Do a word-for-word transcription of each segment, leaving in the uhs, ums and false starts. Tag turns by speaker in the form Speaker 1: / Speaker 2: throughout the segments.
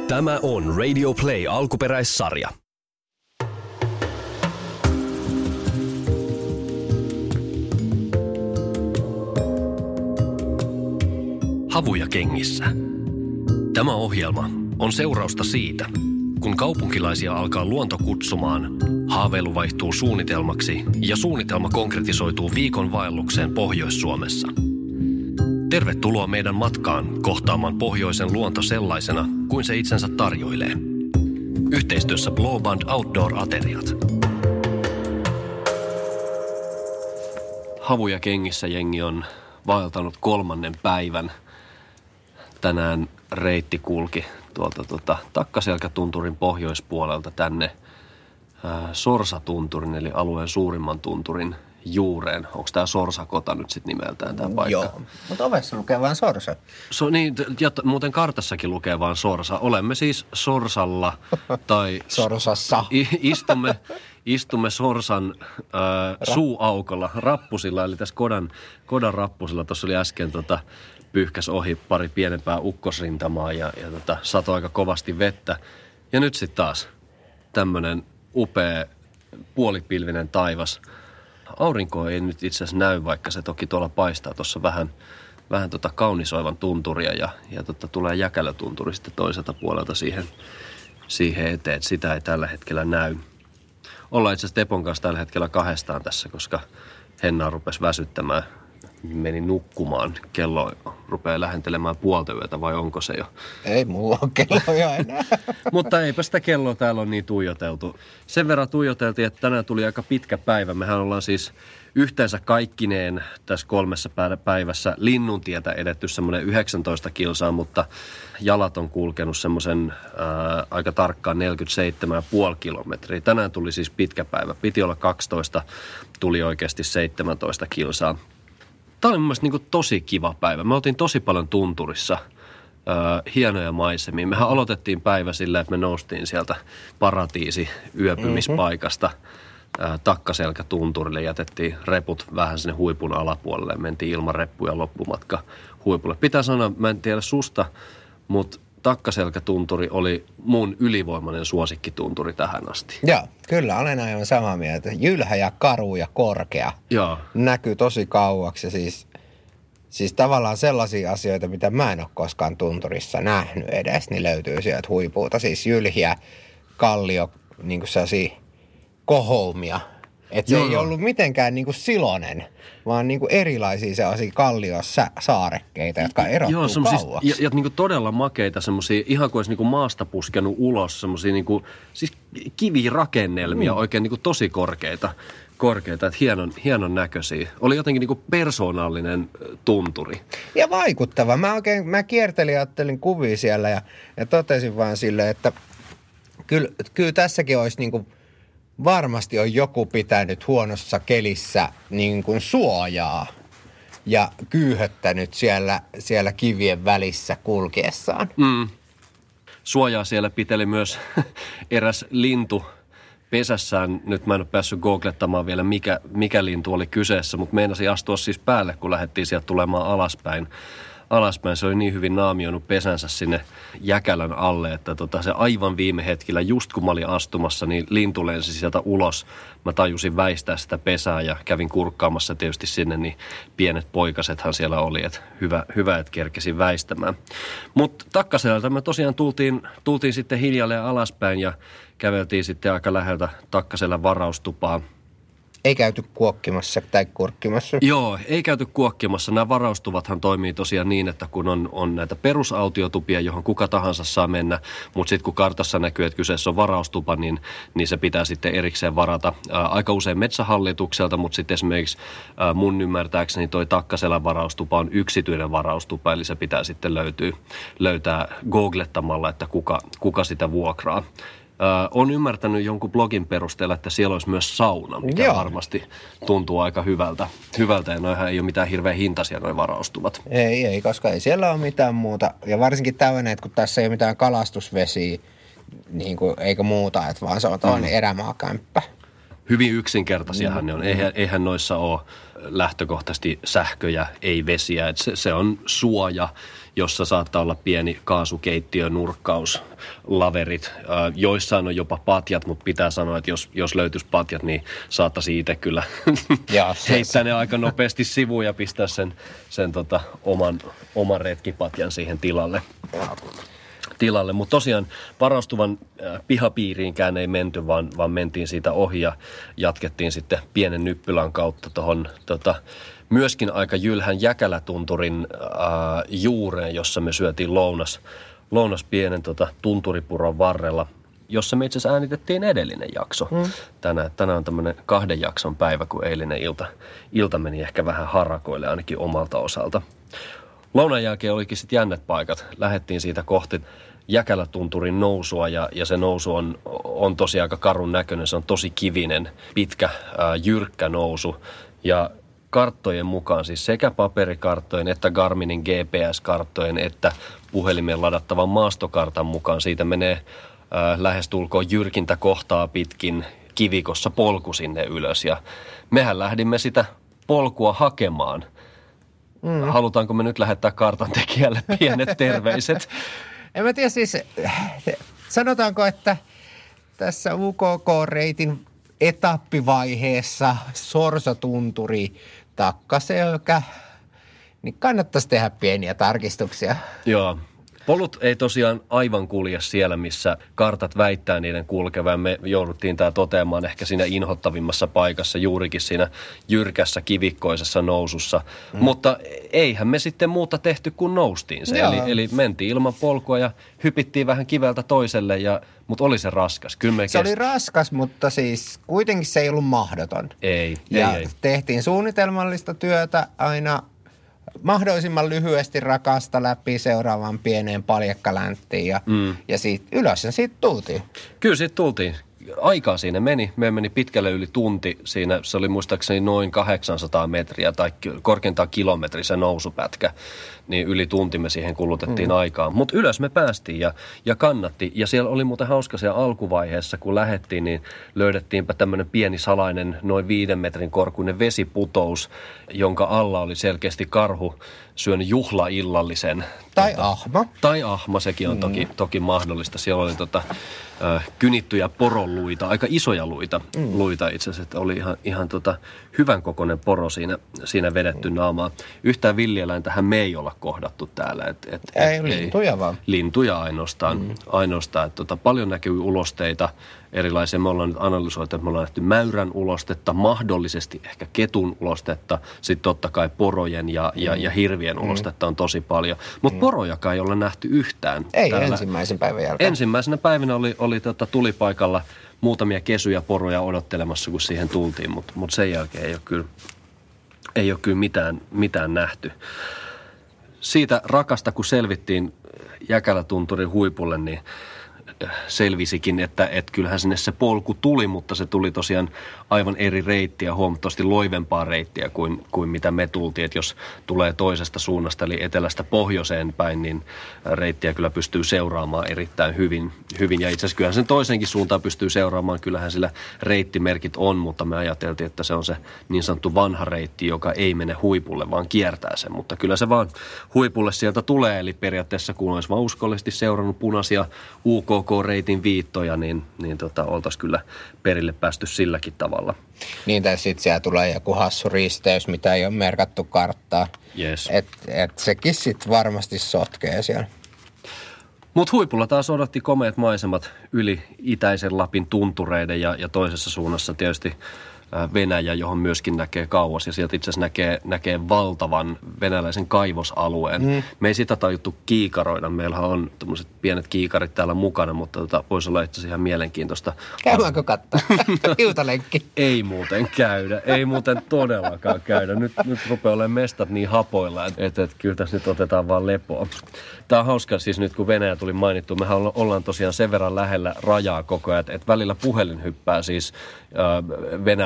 Speaker 1: Tämä on Radio Play alkuperäissarja. Havuja kengissä. Tämä ohjelma on seurausta siitä, kun kaupunkilaisia alkaa luonto kutsumaan, haaveilu vaihtuu suunnitelmaksi ja suunnitelma konkretisoituu viikon vaellukseen Pohjois-Suomessa. Tervetuloa meidän matkaan kohtaamaan pohjoisen luonto sellaisena, kuin se itsensä tarjoilee. Yhteistyössä Blåband Outdoor-ateriat. Havuja kengissä jengi on vaeltanut kolmannen päivän. Tänään reitti kulki tuolta tuota, Takkaselkätunturin pohjoispuolelta tänne ää, Sorsatunturin, eli alueen suurimman tunturin juureen. Onko tämä Sorsakota nyt sitten nimeltään tämä paikka?
Speaker 2: Joo, mutta ovessa lukee vaan Sorsa.
Speaker 1: So, niin, ja t- muuten kartassakin lukee vaan Sorsa. Olemme siis Sorsalla tai...
Speaker 2: Sorsassa.
Speaker 1: I- istumme, istumme Sorsan ää, suuaukolla, rappusilla, eli tässä kodan, kodan rappusilla. Tuossa oli äsken tota, pyyhkäs ohi pari pienempää ukkosrintamaa ja, ja tota, satoi aika kovasti vettä. Ja nyt sitten taas tämmöinen upea puolipilvinen taivas. Aurinko ei nyt itse asiassa näy, vaikka se toki tuolla paistaa tuossa vähän, vähän tota kaunisoivan tunturia ja, ja tota tulee Jäkälötunturi sitten toiselta puolelta siihen, siihen eteen, että sitä ei tällä hetkellä näy. Ollaan itse asiassa Tepon kanssa tällä hetkellä kahdestaan tässä, koska Henna rupesi väsyttämään, meni nukkumaan. Kello rupeaa lähentelemään puolta yötä, vai onko se jo?
Speaker 2: Ei mulla ole kelloja enää.
Speaker 1: Mutta eipä sitä kelloa täällä on niin tuijoteltu. Sen verran tuijoteltiin, että tänään tuli aika pitkä päivä. Mehän ollaan siis yhteensä kaikkineen tässä kolmessa päivässä Linnuntietä edetty semmoinen yhdeksäntoista kilsaa, mutta jalat on kulkenut semmoisen ää, aika tarkkaan neljäkymmentäseitsemän pilkku viisi kilometriä. Tänään tuli siis pitkä päivä. Piti olla kaksitoista, tuli oikeasti seitsemäntoista kilsaa. Tämä oli mun mielestä niin kuin tosi kiva päivä. Me oltiin tosi paljon tunturissa, öö, hienoja maisemia. Mehän aloitettiin päivä sillä, että me noustiin sieltä paratiisi yöpymispaikasta mm-hmm. öö, Takkaselkätunturille. Jätettiin reput vähän sinne huipun alapuolelle ja mentiin ilman reppuja loppumatka huipulle. Pitää sanoa, mä en tiedä susta, mutta Takkaselkätunturi oli mun ylivoimainen suosikkitunturi tähän asti.
Speaker 2: Joo, kyllä olen aivan samaa mieltä. Jylhä ja karu ja korkea.
Speaker 1: Joo. Näkyy
Speaker 2: tosi kauaksi ja siis, siis tavallaan sellaisia asioita, mitä mä en ole koskaan tunturissa nähnyt edes, niin löytyy sieltä huipulta. Siis jylhiä, kallio, niin kuin sellaisia koholmia. Että se joo, ei ollut mitenkään niin kuin silonen, vaan niin kuin erilaisia sellaisia kalliosaarekkeita, jotka erottuu joo, kauaksi.
Speaker 1: Ja, ja niin kuin todella makeita semmoisia, ihan kuin olisi niin kuin maasta puskenut ulos, semmoisia niin kuin, siis kivirakennelmia, mm. oikein niin kuin tosi korkeita, korkeita että hienon, hienon näköisiä. Oli jotenkin niin kuin persoonallinen tunturi.
Speaker 2: Ja vaikuttava. Mä oikein, mä kiertelin ja ajattelin kuvia siellä ja, ja totesin vaan silleen, että kyllä, kyllä tässäkin olisi niin kuin varmasti on joku pitänyt huonossa kelissä niin kuin suojaa ja kyyhöttänyt siellä, siellä kivien välissä kulkiessaan.
Speaker 1: Mm. Suojaa siellä piteli myös eräs lintu pesässään. Nyt mä en ole päässyt googlettamaan vielä, mikä, mikä lintu oli kyseessä, mutta meinasi astua siis päälle, kun lähdettiin sieltä tulemaan alaspäin. alaspäin. Se oli niin hyvin naamioinut pesänsä sinne Jäkälän alle, että tota, se aivan viime hetkellä, just kun mä olin astumassa, niin lintu lensi sieltä ulos. Mä tajusin väistää sitä pesää ja kävin kurkkaamassa tietysti sinne, niin pienet poikasethan siellä oli, että hyvä, hyvä että kerkesin väistämään. Mutta Takkaselältä me tosiaan tultiin, tultiin sitten hiljalleen alaspäin ja käveltiin sitten aika läheltä Takkaselän varaustupaa.
Speaker 2: Ei käyty kuokkimassa tai kurkkimassa.
Speaker 1: Joo, ei käyty kuokkimassa. Nämä varaustuvathan toimii tosiaan niin, että kun on, on näitä perusautiotupia, johon kuka tahansa saa mennä, mutta sitten kun kartassa näkyy, että kyseessä on varaustupa, niin, niin se pitää sitten erikseen varata ää, aika usein metsähallitukselta, mutta sitten esimerkiksi ää, mun ymmärtääkseni toi Takkaselän varaustupa on yksityinen varaustupa, eli se pitää sitten löytyä, löytää googlettamalla, että kuka, kuka sitä vuokraa. Äh, on ymmärtänyt jonkun blogin perusteella, että siellä olisi myös sauna, mikä joo, varmasti tuntuu aika hyvältä. Hyvältä ja noihän ei ole mitään hirveän hintaisia noi varaustuvat.
Speaker 2: Ei, ei, koska ei siellä ole mitään muuta. Ja varsinkin tämmöinen, kun tässä ei ole mitään kalastusvesiä, niin kuin, eikä muuta, että vaan se on toinen mm. erämaakämppä.
Speaker 1: Hyvin yksinkertaisiahan mm. ne on. Eihän, eihän noissa ole lähtökohtaisesti sähköjä, ei vesiä. Et se, se on suoja jossa saattaa olla pieni kaasukeittiö, nurkkaus, laverit. Joissain on jopa patjat, mutta pitää sanoa, että jos, jos löytyisi patjat, niin saattaisi itse kyllä ja, heittää ne aika nopeasti sivuun ja pistää sen, sen tota, oman, oman retkipatjan siihen tilalle. tilalle. Mutta tosiaan varastuvan pihapiiriinkään ei menty, vaan, vaan mentiin siitä ohi ja jatkettiin sitten pienen nyppylän kautta tuohon tota, myöskin aika jylhän Jäkälätunturin ää, juureen, jossa me syötiin lounas, lounas pienen tota, tunturipuron varrella, jossa me itse asiassa äänitettiin edellinen jakso. Mm. Tänään, tänään on tämmöinen kahden jakson päivä, kun eilinen ilta, ilta meni ehkä vähän harakoille ainakin omalta osalta. Lounan jälkeen olikin sitten jännät paikat. Lähdettiin siitä kohti Jäkälätunturin nousua ja, ja se nousu on, on tosi aika karun näköinen. Se on tosi kivinen, pitkä, ää, jyrkkä nousu ja karttojen mukaan, siis sekä paperikarttojen että Garminin G P S-karttojen että puhelimeen ladattavan maastokartan mukaan siitä menee ää, lähestulkoon jyrkintä kohtaa pitkin kivikossa polku sinne ylös ja mehän lähdimme sitä polkua hakemaan. Mm. Halutaanko me nyt lähettää kartan tekijälle pienet terveiset?
Speaker 2: En mä tiedä siis, sanotaanko, että tässä U K K-reitin etappivaiheessa Sorsa-tunturi, Takkaselkä, niin kannattaisi tehdä pieniä tarkistuksia.
Speaker 1: Joo. Polut ei tosiaan aivan kulje siellä, missä kartat väittää niiden kulkevan. Me jouduttiin tämä toteamaan ehkä siinä inhottavimmassa paikassa, juurikin siinä jyrkässä kivikkoisessa nousussa. Mm. Mutta eihän me sitten muuta tehty, kun noustiin se. Eli, eli mentiin ilman polkua ja hypittiin vähän kiveltä toiselle, ja, mutta oli se raskas. Kyllä me
Speaker 2: se
Speaker 1: kest...
Speaker 2: oli raskas, mutta siis kuitenkin se ei ollut mahdoton.
Speaker 1: Ei,
Speaker 2: ja
Speaker 1: ei, ei.
Speaker 2: tehtiin suunnitelmallista työtä aina mahdollisimman lyhyesti rakasta läpi seuraavaan pieneen paljakkalänttiin ja, mm. ja siitä ylös ja siitä tultiin.
Speaker 1: Kyllä siitä tultiin. Aikaa siinä meni. Me meni pitkälle yli tunti siinä. Se oli muistaakseni noin kahdeksansataa metriä tai korkeintaan kilometri se nousupätkä. Niin yli tunti me siihen kulutettiin mm. aikaa. Mutta ylös me päästiin ja, ja kannatti. Ja siellä oli muuten hauska siellä alkuvaiheessa, kun lähdettiin, niin löydettiinpä tämmöinen pieni salainen noin viiden metrin korkuinen vesiputous, jonka alla oli selkeästi karhu syönyt juhlaillallisen.
Speaker 2: Tai
Speaker 1: tota,
Speaker 2: ahma.
Speaker 1: Tai ahma, sekin on mm. toki, toki mahdollista. Siellä oli tota, äh, kynittyjä poronluita, aika isoja luita, mm. luita itse asiassa, että oli ihan, ihan tota, hyvän kokoinen poro siinä, siinä vedetty mm. naamaa. Yhtään villieläintähän me ei olla kohdattu täällä. Et, et,
Speaker 2: ei,
Speaker 1: et,
Speaker 2: lintuja
Speaker 1: ei,
Speaker 2: vaan.
Speaker 1: Lintuja ainoastaan. Mm. ainoastaan että, tota, paljon näkyy ulosteita erilaisia. Me ollaan nyt analysoitu, että me ollaan nähty mäyrän ulostetta, mahdollisesti ehkä ketun ulostetta, sitten totta kai porojen ja, mm. ja, ja hirvien ulostetta on tosi paljon. Mutta mm. porojakaan ei olla nähty yhtään.
Speaker 2: Ei
Speaker 1: täällä.
Speaker 2: Ensimmäisen päivän jälkeen.
Speaker 1: Ensimmäisenä päivänä oli, oli tota, tulipaikalla muutamia kesyjä poroja odottelemassa, kun siihen tultiin, mutta mut sen jälkeen ei ole kyllä, ei ole kyllä mitään, mitään nähty. Siitä rakasta, kun selvittiin Jäkälätunturin huipulle, niin selvisikin, että, että kyllähän sinne se polku tuli, mutta se tuli tosiaan aivan eri reittiä, huomattavasti loivempaa reittiä kuin, kuin mitä me tultiin. Että jos tulee toisesta suunnasta, eli etelästä pohjoiseen päin, niin reittiä kyllä pystyy seuraamaan erittäin hyvin. hyvin. Ja itse asiassa kyllähän sen toisenkin suuntaan pystyy seuraamaan, kyllähän sillä reittimerkit on, mutta me ajateltiin, että se on se niin sanottu vanha reitti, joka ei mene huipulle, vaan kiertää sen. Mutta kyllä se vaan huipulle sieltä tulee, eli periaatteessa kun olisi vaan uskollisesti seurannut punaisia U K K-reitin viittoja, niin, niin tota, oltaisiin kyllä perille päästy silläkin tavalla.
Speaker 2: Niin, tai sitten siellä tulee joku hassu risteys, mitä ei ole merkattu karttaan.
Speaker 1: Yes.
Speaker 2: Että et sekin sitten varmasti sotkee siellä.
Speaker 1: Mutta huipulla taas odotti komeat maisemat yli itäisen Lapin tuntureiden ja, ja toisessa suunnassa tietysti Venäjä, johon myöskin näkee kauas, ja sieltä itse asiassa näkee, näkee valtavan venäläisen kaivosalueen. Mm. Me ei sitä tajuttu kiikaroida. Meillä on tämmöiset pienet kiikarit täällä mukana, mutta tota, voisi olla itse asiassa ihan mielenkiintoista.
Speaker 2: Käydäänkö katsoa? Iltalenkki.
Speaker 1: Ei muuten käydä. Ei muuten todellakaan käydä. Nyt, nyt rupeaa olemaan mestat niin hapoilla, että et, et, kyllä tässä nyt otetaan vaan lepoa. Tämä on hauska siis nyt, kun Venäjä tuli mainittu. Mehän ollaan tosiaan sen verran lähellä rajaa koko ajan, että et välillä puhelin hyppää siis äh, Venäjä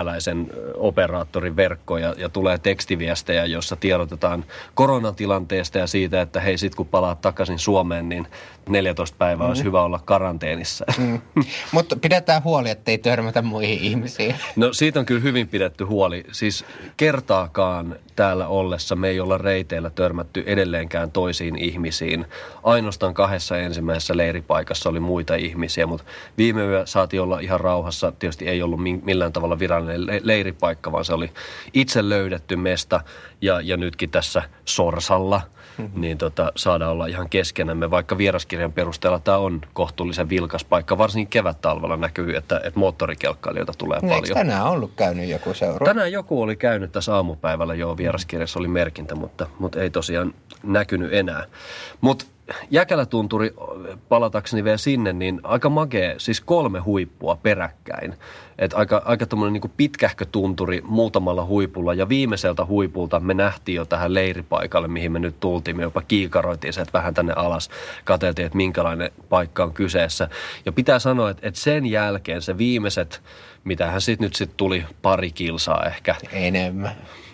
Speaker 1: venäläisen operaattorin verkkoon ja, ja tulee tekstiviestejä, jossa tiedotetaan koronatilanteesta ja siitä, että hei, sit kun palaat takaisin Suomeen, niin neljätoista päivää mm. olisi hyvä olla karanteenissa. Mm.
Speaker 2: Mutta pidetään huoli, ettei törmätä muihin ihmisiin.
Speaker 1: No siitä on kyllä hyvin pidetty huoli. Siis kertaakaan täällä ollessa me ei olla reiteillä törmätty edelleenkään toisiin ihmisiin. Ainoastaan kahdessa ensimmäisessä leiripaikassa oli muita ihmisiä, mutta viime yö saatiin olla ihan rauhassa. Tietysti ei ollut millään tavalla virallinen leiripaikka, vaan se oli itse löydetty mesta ja, ja nytkin tässä Sorsalla. Mm-hmm. Niin tota, saadaan olla ihan keskenämme, vaikka vieraskirjan perusteella tämä on kohtuullisen vilkas paikka. Varsinkin kevät-talvella näkyy, että, että moottorikelkkailijoita tulee
Speaker 2: no,
Speaker 1: paljon.
Speaker 2: Eikö tänään ollut käynyt joku seura?
Speaker 1: Tänään joku oli käynyt tässä aamupäivällä, joo, vieraskirjassa oli merkintä, mutta, mutta ei tosiaan näkynyt enää. Mutta Jäkälätunturi, palatakseni vielä sinne, niin aika makea, siis kolme huippua peräkkäin. Et aika, aika tommoinen niin kuin pitkähkö tunturi muutamalla huipulla ja viimeiseltä huipulta me nähtiin jo tähän leiripaikalle, mihin me nyt tultiin. Me jopa kiikaroitiin se, että vähän tänne alas katseltiin, että minkälainen paikka on kyseessä. Ja pitää sanoa, että, että sen jälkeen se viimeiset, mitähän sitten nyt sit tuli pari kilsaa ehkä.
Speaker 2: Enemmän.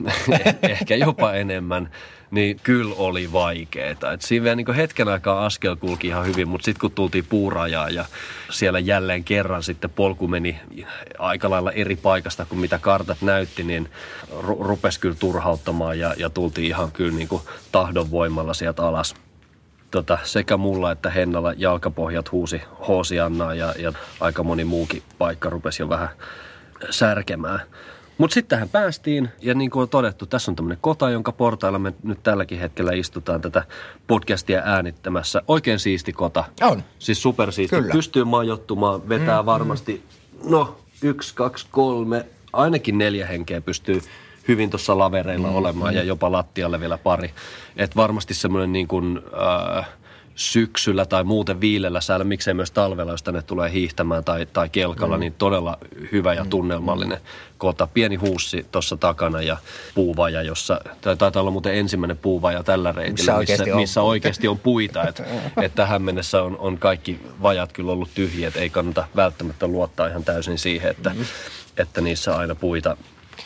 Speaker 1: Ehkä jopa enemmän. Niin kyllä oli vaikeeta. Et siinä vielä niin hetken aikaa askel kulki ihan hyvin, mutta sitten kun tultiin puurajaan ja siellä jälleen kerran sitten polku meni aika lailla eri paikasta kuin mitä kartat näytti, niin ru- rupesi kyllä turhauttamaan ja, ja tultiin ihan kyllä niin kuin tahdonvoimalla sieltä alas. Tota, sekä mulla että Hennalla jalkapohjat huusi Hoosiannaa ja, ja aika moni muukin paikka rupesi jo vähän särkemään. Mutta sitten tähän päästiin, ja niin kuin on todettu, tässä on tämmöinen kota, jonka portailla me nyt tälläkin hetkellä istutaan tätä podcastia äänittämässä. Oikein siisti kota.
Speaker 2: On.
Speaker 1: Siis supersiisti.
Speaker 2: Kyllä. Pystyy
Speaker 1: majoittumaan, vetää mm, varmasti, mm. no yksi, kaksi, kolme, ainakin neljä henkeä pystyy hyvin tuossa lavereilla mm, olemaan mm. ja jopa lattialle vielä pari. Että varmasti semmoinen niin kuin Äh, syksyllä tai muuten viilellä säällä, miksei myös talvella, jos tänne tulee hiihtämään tai, tai kelkalla, mm. niin todella hyvä ja tunnelmallinen mm. kota. Pieni huussi tuossa takana ja puuvaja, jossa, tai taitaa olla muuten ensimmäinen puuvaja tällä reitillä, missä oikeasti, missä, missä oikeasti on puita. Että et tähän mennessä on, on kaikki vajat kyllä ollut tyhjiä, että ei kannata välttämättä luottaa ihan täysin siihen, että, mm. että niissä aina puita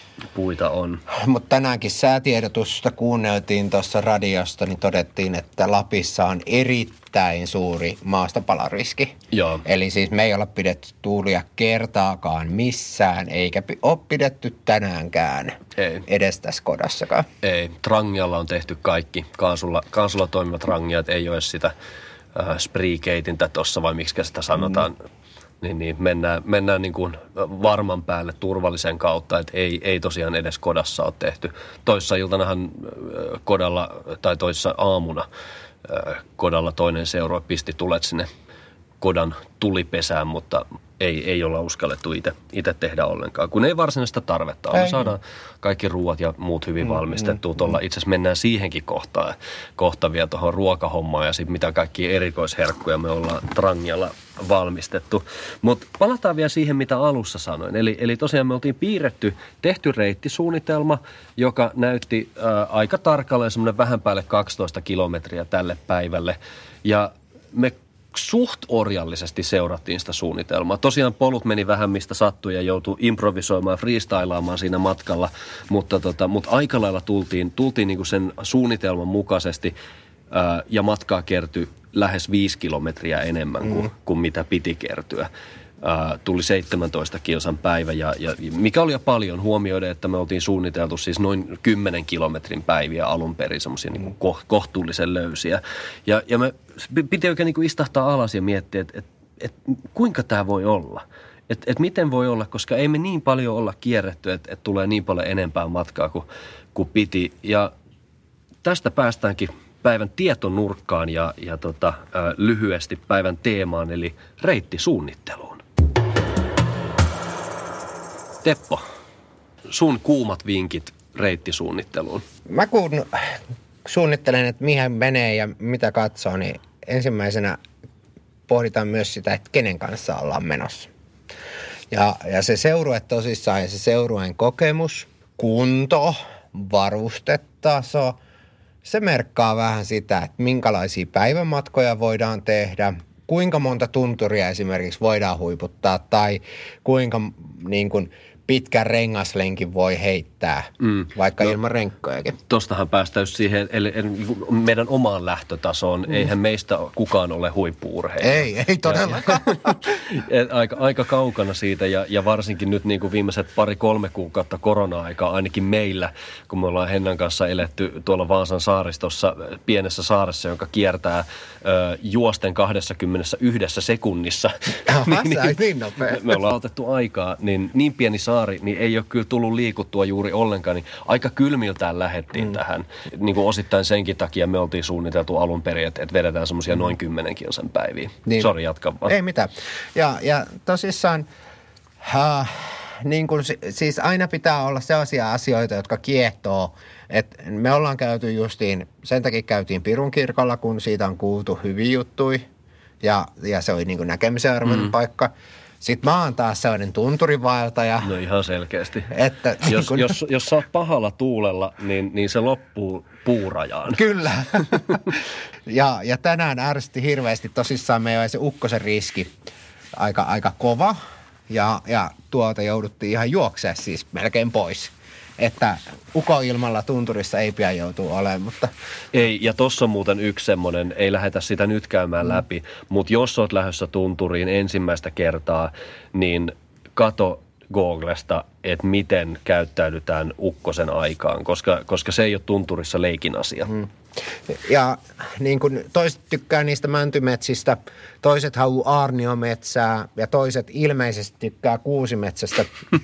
Speaker 1: Puita on.
Speaker 2: Mutta tänäänkin säätiedotusta kuunneltiin tuossa radiosta, niin todettiin, että Lapissa on erittäin suuri maastopalariski.
Speaker 1: Joo.
Speaker 2: Eli siis me ei olla pidetty tuulia kertaakaan missään, eikä ole pidetty tänäänkään.
Speaker 1: Ei.
Speaker 2: Edes tässä kodassakaan.
Speaker 1: Ei. Trangialla on tehty kaikki. Kaasulla, kaasulla toimivat rangiat, ei ole sitä äh, spriikeitintä tuossa, vai miksi sitä sanotaan. Mm. Niin, niin mennään, mennään niin kuin varman päälle turvallisen kautta, että ei, ei tosiaan edes kodassa ole tehty. Toissa iltanahan kodalla, tai toissa aamuna kodalla toinen seurue pisti tulet sinne kodan tulipesään, mutta ei, ei olla uskallettu itse tehdä ollenkaan, kun ei varsinaista tarvetta ole. Me saadaan kaikki ruuat ja muut hyvin mm, valmistettua. Mm, mm. Itse asiassa mennään siihenkin kohtaan, kohta vielä tuohon ruokahommaan ja sitten mitä kaikkia erikoisherkkuja me ollaan Trangialla valmistettu. Mutta palataan vielä siihen, mitä alussa sanoin. Eli, eli tosiaan me oltiin piirretty, tehty reittisuunnitelma, joka näytti ää, aika tarkalleen semmoinen vähän päälle kaksitoista kilometriä tälle päivälle. Ja me suht orjallisesti seurattiin sitä suunnitelmaa. Tosiaan polut meni vähän mistä sattui ja joutui improvisoimaan, freestylaamaan siinä matkalla, mutta, tota, mutta aika lailla tultiin, tultiin niinku sen suunnitelman mukaisesti ää, ja matkaa kertyi lähes viisi kilometriä enemmän kuin, mm. kuin mitä piti kertyä. Ää, tuli seitsemäntoista kilsan päivä ja, ja mikä oli jo paljon huomioida, että me oltiin suunniteltu siis noin kymmenen kilometrin päiviä alun perin semmoisia niin kuin kohtuullisen löysiä. Ja, ja me piti oikein niin kuin istahtaa alas ja miettiä, että et, et, kuinka tämä voi olla. Että et miten voi olla, koska ei me niin paljon olla kierretty, että et tulee niin paljon enempää matkaa kuin, kuin piti. Ja tästä päästäänkin päivän tietonurkkaan ja, ja tota, ää, lyhyesti päivän teemaan, eli reittisuunnitteluun. Teppo, sun kuumat vinkit reittisuunnitteluun.
Speaker 2: Mä kun suunnittelen, että mihin menee ja mitä katsoo, niin ensimmäisenä pohditaan myös sitä, että kenen kanssa ollaan menossa. Ja, ja se seurue tosissaan ja se seurueen kokemus, kunto, varustetaso, se merkkaa vähän sitä, että minkälaisia päivämatkoja voidaan tehdä, kuinka monta tunturia esimerkiksi voidaan huiputtaa tai kuinka niin kuin pitkän rengaslenkin voi heittää, mm. vaikka no, ilman renkkojakin.
Speaker 1: Tostahan päästään just siihen, eli, eli meidän omaan lähtötasoon. Mm. Eihän meistä kukaan ole huippu-urheilija.
Speaker 2: Ei, ei todellakaan.
Speaker 1: aika, aika kaukana siitä ja, ja varsinkin nyt niin kuin viimeiset pari-kolme kuukautta korona-aikaa ainakin meillä, kun me ollaan Hennan kanssa eletty tuolla Vaasan saaristossa, pienessä saaressa, joka kiertää ö, juosten kaksikymmentäyksi sekunnissa.
Speaker 2: Aha,
Speaker 1: niin,
Speaker 2: niin, niin nopea.
Speaker 1: Me, me ollaan otettu aikaa, niin niin pieni saari, niin ei ole kyllä tullut liikuttua juuri ollenkaan, niin aika kylmiltään lähettiin mm. tähän. Niin kuin osittain senkin takia me oltiin suunniteltu alun perin, että, että vedetään semmoisia mm. noin kymmenen kilsan päiviä. Niin. Sori, jatka vaan.
Speaker 2: Ei mitään. Ja, ja tosissaan, äh, niin kuin, siis aina pitää olla sellaisia asioita, jotka kiehtoo. Et me ollaan käyty justiin, sen takia käytiin Pirun kirkolla, kun siitä on kuultu hyviä juttuja. Ja, ja se oli niin kuin näkemisen arvoinen mm. paikka. Sitten mä oon taas sellainen tunturivaeltaja.
Speaker 1: No ihan selkeästi.
Speaker 2: Että,
Speaker 1: jos,
Speaker 2: niin kun...
Speaker 1: jos, jos sä oot pahalla tuulella, niin, niin se loppuu puurajaan.
Speaker 2: Kyllä. ja, ja tänään ärsytti hirveästi. Tosissaan meillä oli se ukkosen riski aika, aika kova. Ja, ja tuolta jouduttiin ihan juoksemaan siis melkein pois. Että ukoilmalla tunturissa ei pian joutuu olemaan, mutta...
Speaker 1: Ei, ja tossa on muuten yksi semmoinen, ei lähdetä sitä nyt käymään mm. läpi, mutta jos oot lähdössä tunturiin ensimmäistä kertaa, niin kato Googlesta, että miten käyttäydytään ukkosen aikaan, koska, koska se ei ole tunturissa leikin asia. Mm.
Speaker 2: Ja niin kuin toiset tykkää niistä mäntymetsistä, toiset haluaa aarniometsää ja toiset ilmeisesti tykkää kuusimetsästä.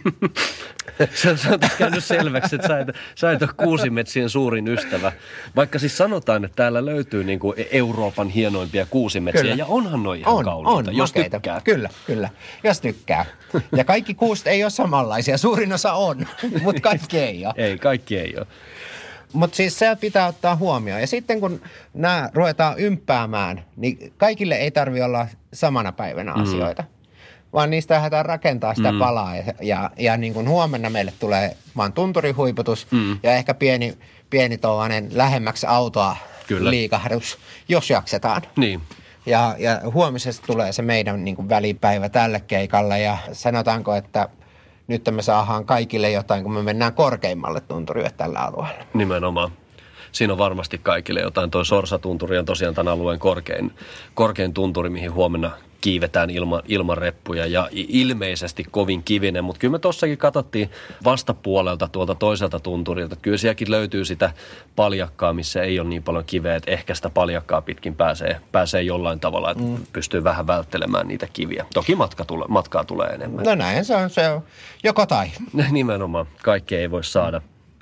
Speaker 1: Se on käynyt selväksi, että sä et, sä et ole kuusimetsien suurin ystävä. Vaikka siis sanotaan, että täällä löytyy niin kuin Euroopan hienoimpia kuusimetsiä. Kyllä. Ja onhan noi ihan
Speaker 2: on,
Speaker 1: kauniita,
Speaker 2: on,
Speaker 1: jos
Speaker 2: makeita.
Speaker 1: tykkää.
Speaker 2: Kyllä, kyllä, jos tykkää. Ja kaikki kuuset ei ole samanlaisia, suurin osa on, mutta kaikki ei ole.
Speaker 1: Ei, kaikki ei ole.
Speaker 2: Mutta siis se pitää ottaa huomioon. Ja sitten kun nämä ruvetaan ympäämään, niin kaikille ei tarvitse olla samana päivänä asioita. Mm. Vaan niistä lähdetään rakentaa sitä mm. palaa. Ja, ja, ja niin kuin huomenna meille tulee vaan tunturihuiputus mm. ja ehkä pieni, pieni tuollainen lähemmäksi autoa Kyllä. liikahdus, jos jaksetaan.
Speaker 1: Niin.
Speaker 2: Ja, ja huomisesta tulee se meidän niin kuin välipäivä tälle keikalle ja sanotaanko, että nyt me saadaan kaikille jotain, kun me mennään korkeimmalle tunturille tällä alueella.
Speaker 1: Nimenomaan. Siinä on varmasti kaikille jotain. Toi Sorsatunturi on tosiaan tämän alueen korkein, korkein tunturi, mihin huomenna kiivetään ilman, ilman reppuja ja ilmeisesti kovin kivinen. Mutta kyllä me tossakin katsottiin vastapuolelta tuolta toiselta tunturilta. Kyllä sielläkin löytyy sitä paljakkaa, missä ei ole niin paljon kiveä, että ehkä sitä paljakkaa pitkin pääsee, pääsee jollain tavalla, että mm. pystyy vähän välttelemään niitä kiviä. Toki matka tule, matkaa tulee enemmän.
Speaker 2: No näin se on, se on joko tai.
Speaker 1: Nimenomaan. Kaikkea ei voi saada.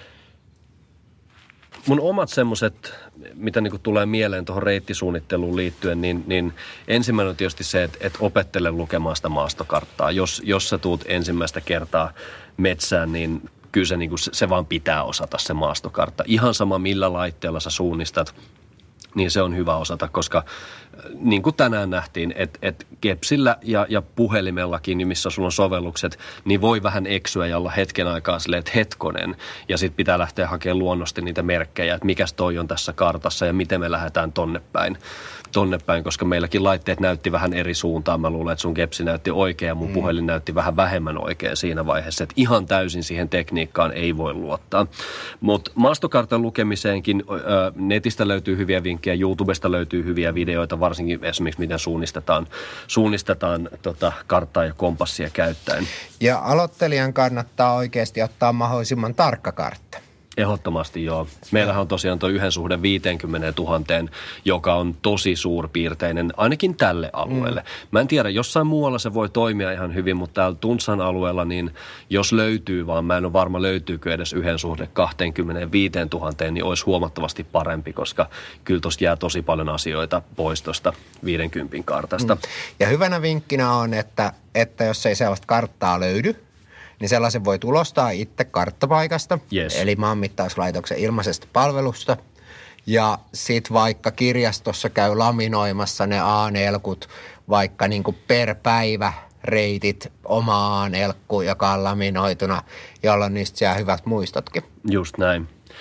Speaker 1: Mun omat semmoiset, mitä niinku tulee mieleen tuohon reittisuunnitteluun liittyen, niin, niin ensimmäinen on tietysti se, että, että opettele lukemaan sitä maastokarttaa. Jos, jos sä tuut ensimmäistä kertaa metsään, niin kyllä se, niinku, se vaan pitää osata se maastokartta. Ihan sama millä laitteella sä suunnistat, niin se on hyvä osata, koska niin kuin tänään nähtiin, että, että kepsillä ja, ja puhelimellakin, missä sulla on sovellukset, niin voi vähän eksyä ja olla hetken aikaa silleen, että hetkonen. Ja sitten pitää lähteä hakemaan luonnosti niitä merkkejä, että mikäs toi on tässä kartassa ja miten me lähdetään tonne päin. tonne päin, koska meilläkin laitteet näytti vähän eri suuntaan. Mä luulen, että sun kepsi näytti oikein ja mun mm. puhelin näytti vähän vähemmän oikein siinä vaiheessa, että ihan täysin siihen tekniikkaan ei voi luottaa. Mutta maastokartan lukemiseenkin ö, netistä löytyy hyviä vinkkejä, YouTubesta löytyy hyviä videoita, varsinkin esimerkiksi miten suunnistetaan, suunnistetaan tota, karttaa ja kompassia käyttäen.
Speaker 2: Ja aloittelijan kannattaa oikeasti ottaa mahdollisimman tarkka kartta.
Speaker 1: Ehdottomasti joo. Meillähän on tosiaan tuo yhden suhde viisikymmentätuhatta, joka on tosi suurpiirteinen, ainakin tälle alueelle. Mm. Mä en tiedä, jossain muualla se voi toimia ihan hyvin, mutta täällä Tuntsan alueella, niin jos löytyy, vaan mä en ole varma löytyykö edes yhden suhde kaksikymmentäviisituhatta, niin olisi huomattavasti parempi, koska kyllä tosta jää tosi paljon asioita pois tuosta viidenkympin kartasta. Mm.
Speaker 2: Ja hyvänä vinkkinä on, että, että jos ei sellaista karttaa löydy, niin sellaisen voi tulostaa itse karttapaikasta,
Speaker 1: yes.
Speaker 2: eli maanmittauslaitoksen ilmaisesta palvelusta. Ja sitten vaikka kirjastossa käy laminoimassa ne A-nelkut, vaikka niinku per päivä reitit omaan elkkuun, joka on laminoituna, jolloin niistä jää hyvät muistotkin.
Speaker 1: Just näin.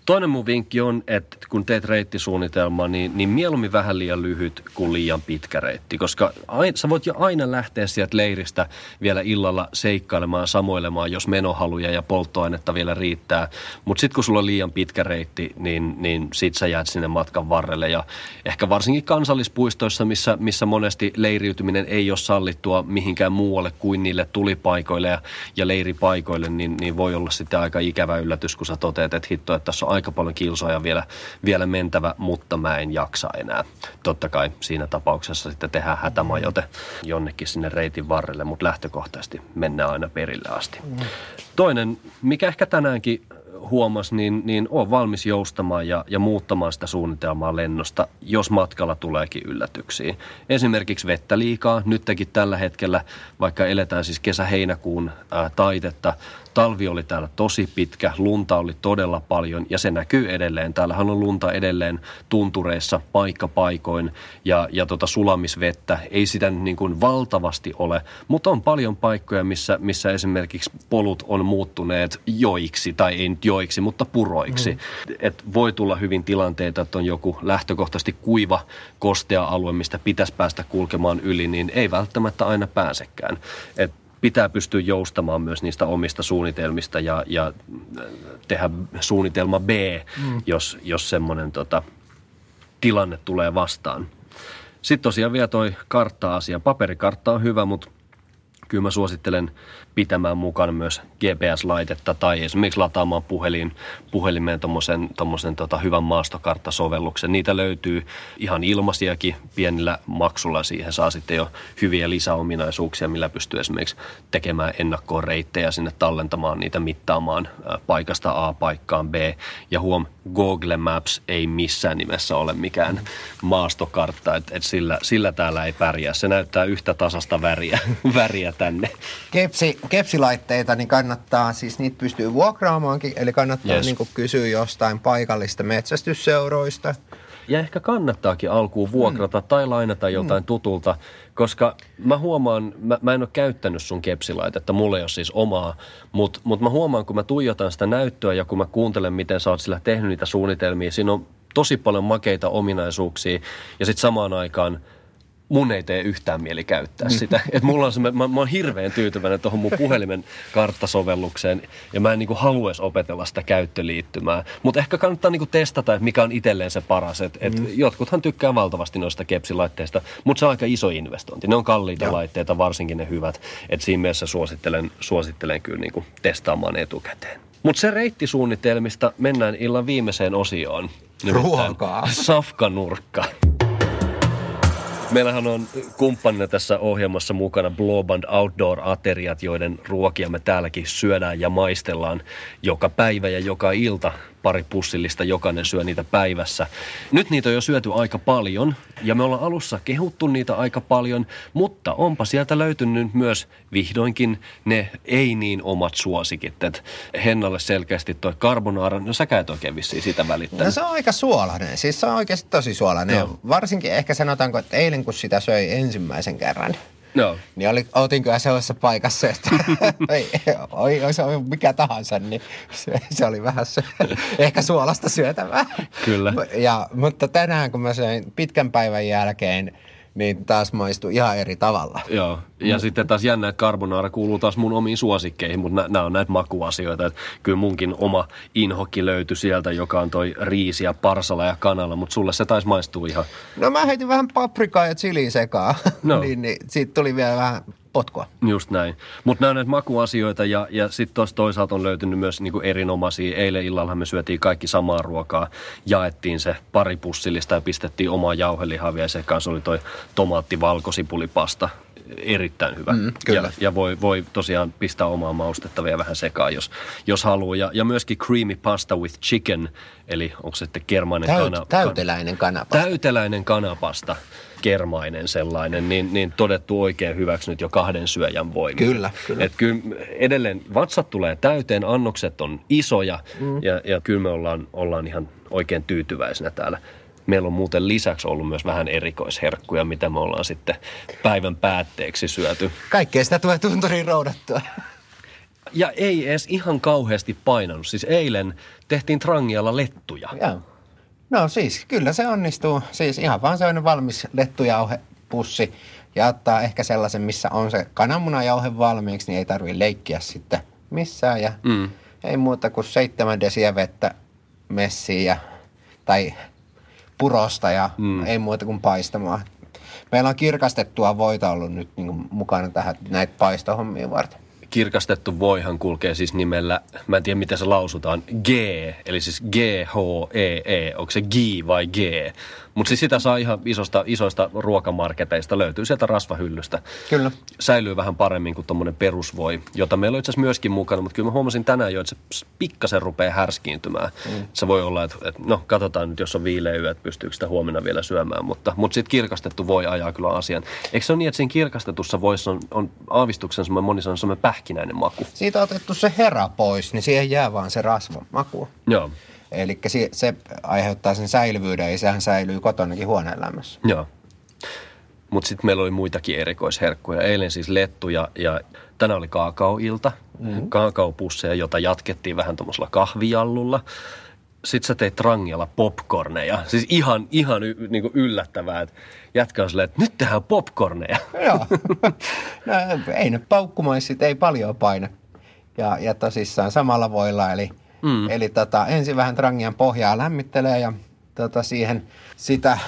Speaker 1: Toinen mun vinkki on, että kun teet reittisuunnitelmaa, niin, niin mieluummin vähän liian lyhyt kuin liian pitkä reitti, koska aina, sä voit jo aina lähteä sieltä leiristä vielä illalla seikkailemaan, samoilemaan, jos menohaluja ja polttoainetta vielä riittää. Mutta sitten kun sulla on liian pitkä reitti, niin, niin sit sä jäät sinne matkan varrelle. Ja ehkä varsinkin kansallispuistoissa, missä, missä monesti leiriytyminen ei ole sallittua mihinkään muualle kuin niille tulipaikoille ja, ja leiripaikoille, niin, niin voi olla sitten aika ikävä yllätys, kun sä toteat, että hitto, että tässä on aika paljon kilsoja vielä, vielä mentävä, mutta mä en jaksa enää. Totta kai siinä tapauksessa sitten tehdään hätämajoite jonnekin sinne reitin varrelle, mutta lähtökohtaisesti mennään aina perille asti. Toinen, mikä ehkä tänäänkin huomasi, niin, niin on valmis joustamaan ja, ja muuttamaan sitä suunnitelmaa lennosta, jos matkalla tuleekin yllätyksiä. Esimerkiksi vettä liikaa. Nytkin tällä hetkellä, vaikka eletään siis kesä-heinäkuun ää, taitetta, talvi oli täällä tosi pitkä, lunta oli todella paljon ja se näkyy edelleen. Täällähän on lunta edelleen tuntureissa paikka paikoin ja, ja tota sulamisvettä. Ei sitä niin kuin valtavasti ole, mutta on paljon paikkoja, missä, missä esimerkiksi polut on muuttuneet joiksi tai ei nyt joiksi, mutta puroiksi. Mm. Et voi tulla hyvin tilanteita, että on joku lähtökohtaisesti kuiva, kostea alue, mistä pitäisi päästä kulkemaan yli, niin ei välttämättä aina pääsekään. Et pitää pystyä joustamaan myös niistä omista suunnitelmista ja, ja tehdä suunnitelma B, mm. jos, jos semmoinen tota, tilanne tulee vastaan. Sitten tosiaan vielä toi kartta-asia. Paperikartta on hyvä, mutta kyllä mä suosittelen pitämään mukana myös G P S-laitetta tai esimerkiksi lataamaan puhelin, puhelimeen tommosen, tommosen tota hyvän maastokarttasovelluksen. Niitä löytyy ihan ilmaisiakin pienillä maksulla. Siihen saa sitten jo hyviä lisäominaisuuksia, millä pystyy esimerkiksi tekemään ennakkoon reittejä sinne, tallentamaan niitä, mittaamaan paikasta A paikkaan B. Ja huom, Google Maps ei missään nimessä ole mikään maastokartta, että et sillä, sillä täällä ei pärjää. Se näyttää yhtä tasasta väriä, väriä tänne.
Speaker 2: Kepsi, kepsilaitteita, niin kannattaa, siis niitä pystyy vuokraamaankin, eli kannattaa yes. niin kuin kysyä jostain paikallista metsästysseuroista.
Speaker 1: Ja ehkä kannattaakin alkuun vuokrata mm. tai lainata jotain mm. tutulta, koska mä huomaan, mä, mä en ole käyttänyt sun kepsilaitetta, mulla ei ole siis omaa, mutta mut mä huomaan, kun mä tuijotan sitä näyttöä ja kun mä kuuntelen, miten sä oot sillä tehnyt niitä suunnitelmia, siinä on tosi paljon makeita ominaisuuksia ja sitten samaan aikaan mun ei tee yhtään mieli käyttää sitä. Et mulla on se, mä, mä oon hirveän tyytyväinen tuohon mun puhelimen karttasovellukseen ja mä en niinku haluaisi opetella sitä käyttöliittymää. Mutta ehkä kannattaa niinku testata, että mikä on itselleen se paras. Et, et mm. Jotkuthan tykkää valtavasti noista kepsilaitteista, mutta se on aika iso investointi. Ne on kalliita ja. laitteita, varsinkin ne hyvät. Et siinä mielessä suosittelen, suosittelen kyllä niinku testaamaan etukäteen. Mutta se reittisuunnitelmista mennään illan viimeiseen osioon.
Speaker 2: Ruokaa.
Speaker 1: Safkanurkka. Meillähän on kumppanina tässä ohjelmassa mukana Blåband Outdoor-ateriat, joiden ruokia me täälläkin syödään ja maistellaan joka päivä ja joka ilta. Pari pussillista, jokainen syö niitä päivässä. Nyt niitä on jo syöty aika paljon ja me ollaan alussa kehuttu niitä aika paljon, mutta onpa sieltä löytynyt myös vihdoinkin ne ei niin omat suosikit. Et Hennalle selkeästi toi carbonara, no säkään et oikein vissiin sitä välittänyt.
Speaker 2: No se on aika suolainen, siis se on oikeasti tosi suolainen. No. Varsinkin ehkä sanotaanko, että eilen kun sitä söi ensimmäisen kerran,
Speaker 1: no.
Speaker 2: niin oli, oltiin kyllä sellaisessa paikassa, että ei, oi, oi, se oli mikä tahansa, niin se, se oli vähän se, ehkä suolasta syötävää.
Speaker 1: Kyllä.
Speaker 2: Ja, mutta tänään, kun mä söin pitkän päivän jälkeen, niin taas maistui ihan eri tavalla.
Speaker 1: Joo, ja mm. sitten taas jännä, että carbonara kuuluu taas mun omiin suosikkeihin, mutta nämä on näitä makuasioita. Että kyllä munkin oma inhokki löytyi sieltä, joka on toi riisi ja parsala ja kanala, mutta sulle se taisi maistua ihan.
Speaker 2: No mä heitin vähän paprikaa ja chiliin sekaan,
Speaker 1: no.
Speaker 2: niin, niin siitä tuli vielä vähän potkua.
Speaker 1: Just näin. Mutta nämä on näitä makuasioita ja, ja sitten tuossa toisaalta on löytynyt myös niinku erinomaisia. Eilen illalla me syötiin kaikki samaa ruokaa. Jaettiin se pari pussillista ja pistettiin omaa jauhelihavia ja se kanssa oli toi tomaatti-valkosipulipasta. Erittäin hyvä. Mm, kyllä. Ja, ja voi, voi tosiaan pistää omaa maustetta vielä vähän sekaan, jos, jos haluaa. Ja, ja myöskin creamy pasta with chicken, eli onko se sitten kermainen
Speaker 2: Täyt,
Speaker 1: kana...
Speaker 2: Täyteläinen kanapasta.
Speaker 1: Täyteläinen kanapasta. Kermainen sellainen, niin, niin todettu oikein hyväksi nyt jo kahden syöjän voimin.
Speaker 2: Kyllä, kyllä.
Speaker 1: Et kyllä edelleen vatsat tulee täyteen, annokset on isoja mm. ja, ja kyllä me ollaan, ollaan ihan oikein tyytyväisenä täällä. Meillä on muuten lisäksi ollut myös vähän erikoisherkkuja, mitä me ollaan sitten päivän päätteeksi syöty.
Speaker 2: Kaikkea sitä tulee tunturiin roudattua.
Speaker 1: Ja ei edes ihan kauheasti painanut. Siis eilen tehtiin Trangialla lettuja.
Speaker 2: Joo. No siis, kyllä se onnistuu. Siis ihan vaan sellainen valmis lettujauhepussi. Ja ottaa ehkä sellaisen, missä on se kananmunajauhe valmiiksi, niin ei tarvitse leikkiä sitten missään. Ja mm. ei muuta kuin seitsemän desiä vettä messiin ja, tai purosta ja mm. ei muuta kuin paistamaan. Meillä on kirkastettua voita ollut nyt niin kuin mukana tähän näitä paistohommia varten.
Speaker 1: Kirkastettu voihan kulkee siis nimellä, mä en tiedä miten se lausutaan, G, eli siis G H E E, onko se G vai G? Mutta siis sitä saa ihan isosta, isoista ruokamarketeista, löytyy sieltä rasvahyllystä.
Speaker 2: Kyllä.
Speaker 1: Säilyy vähän paremmin kuin tommonen perusvoi, jota meillä on itse asiassa myöskin mukana, mutta kyllä mä huomasin tänään jo, että se pikkasen rupeaa härskiintymään. Mm. Se voi olla, että, että no katsotaan nyt, jos on viileä yö, että pystyykö sitä huomenna vielä syömään, mutta, mutta sitten kirkastettu voi ajaa kyllä asian. Eikö se ole niin, että siinä kirkastetussa voissa on, on aavistuksen semmoinen, moni sanoo semmoinen pähkinäinen maku?
Speaker 2: Siitä on otettu se hera pois, niin siihen jää vaan se rasvan maku.
Speaker 1: Joo.
Speaker 2: Eli se, se aiheuttaa sen säilyvyyden ja sehän säilyy kotonakin huoneen lämmössä.
Speaker 1: Joo. Mutta sitten meillä oli muitakin erikoisherkkuja. Eilen siis lettuja ja tänään oli kaakaoilta. Mm-hmm. Kaakaopusseja, jota jatkettiin vähän tuommoisella kahvijallulla. Sitten sä teit Trangialla popcorneja. Siis ihan, ihan y, niinku yllättävää, että jätkä on silleen, että nyt tehdään popcorneja.
Speaker 2: Joo. No, ei ne paukkumaissit, ei paljon paina. Ja, ja tosissaan samalla voilla, eli... Mm. Eli tota, ensin vähän Trangian pohjaa lämmittelee ja tota, siihen sitä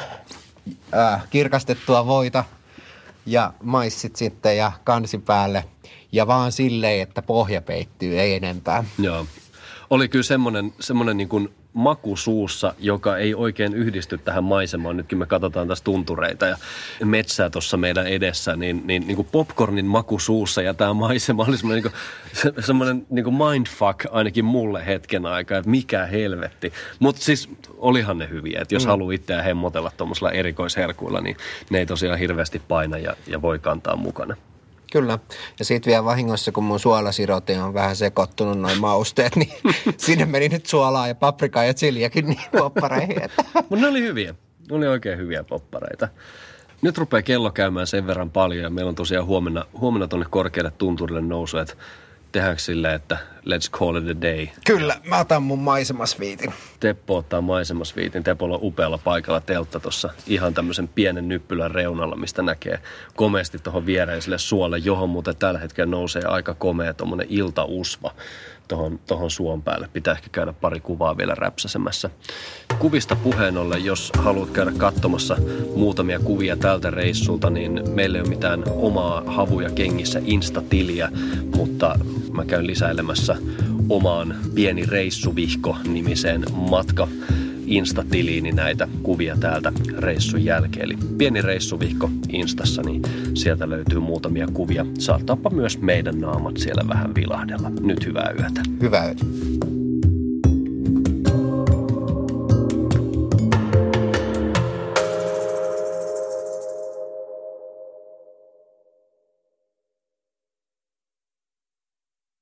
Speaker 2: ää, kirkastettua voita ja maissit sitten ja kansi päälle. Ja vaan silleen, että pohja peittyy, ei enempää.
Speaker 1: Joo. Oli kyllä semmoinen, semmoinen niin kuin maku suussa, joka ei oikein yhdisty tähän maisemaan. Nytkin me katsotaan tässä tuntureita ja metsää tuossa meidän edessä, niin, niin, niin kuin popcornin maku suussa ja tämä maisema oli semmoinen, niin kuin, semmoinen niin kuin mindfuck ainakin mulle hetken aikaa, että mikä helvetti. Mutta siis olihan ne hyviä, että jos mm. haluaa itseään hemmotella tuommoisella erikoisherkuilla, niin ne ei tosiaan hirveästi paina ja, ja voi kantaa mukana.
Speaker 2: Kyllä. Ja sitten vielä vahingossa, kun mun suolasirotin on vähän sekoittunut noin mausteet, niin sinne meni nyt suolaa ja paprikaa ja chiliäkin niin poppareihin.
Speaker 1: Mutta ne oli hyviä. Ne oli oikein hyviä poppareita. Nyt rupeaa kello käymään sen verran paljon ja meillä on tosiaan huomenna, huomenna tuonne korkealle tunturille nousu, että tehdäänkö silleen, että let's call it a day.
Speaker 2: Kyllä, mä otan mun maisemasviitin.
Speaker 1: Teppo ottaa maisemasviitin. Tepolla on upealla paikalla teltta tuossa ihan tämmöisen pienen nyppylän reunalla, mistä näkee komeasti tuohon viereiselle suolle, johon muuten tällä hetkellä nousee aika komea tuommoinen iltausva tuohon, tuohon suon päälle. Pitää ehkä käydä pari kuvaa vielä räpsäsemässä. Kuvista puheen ollen, jos haluat käydä katsomassa muutamia kuvia tältä reissulta, niin meillä ei ole mitään omaa havuja kengissä Insta-tiliä, mutta mä käyn lisäilemässä omaan pieni reissuvihko-nimiseen matka Insta-tiliini näitä kuvia täältä reissun jälkeen. Eli pieni reissuvihko Instassa, niin sieltä löytyy muutamia kuvia. Saattaapa myös meidän naamat siellä vähän vilahdella. Nyt hyvää yötä.
Speaker 2: Hyvää yötä.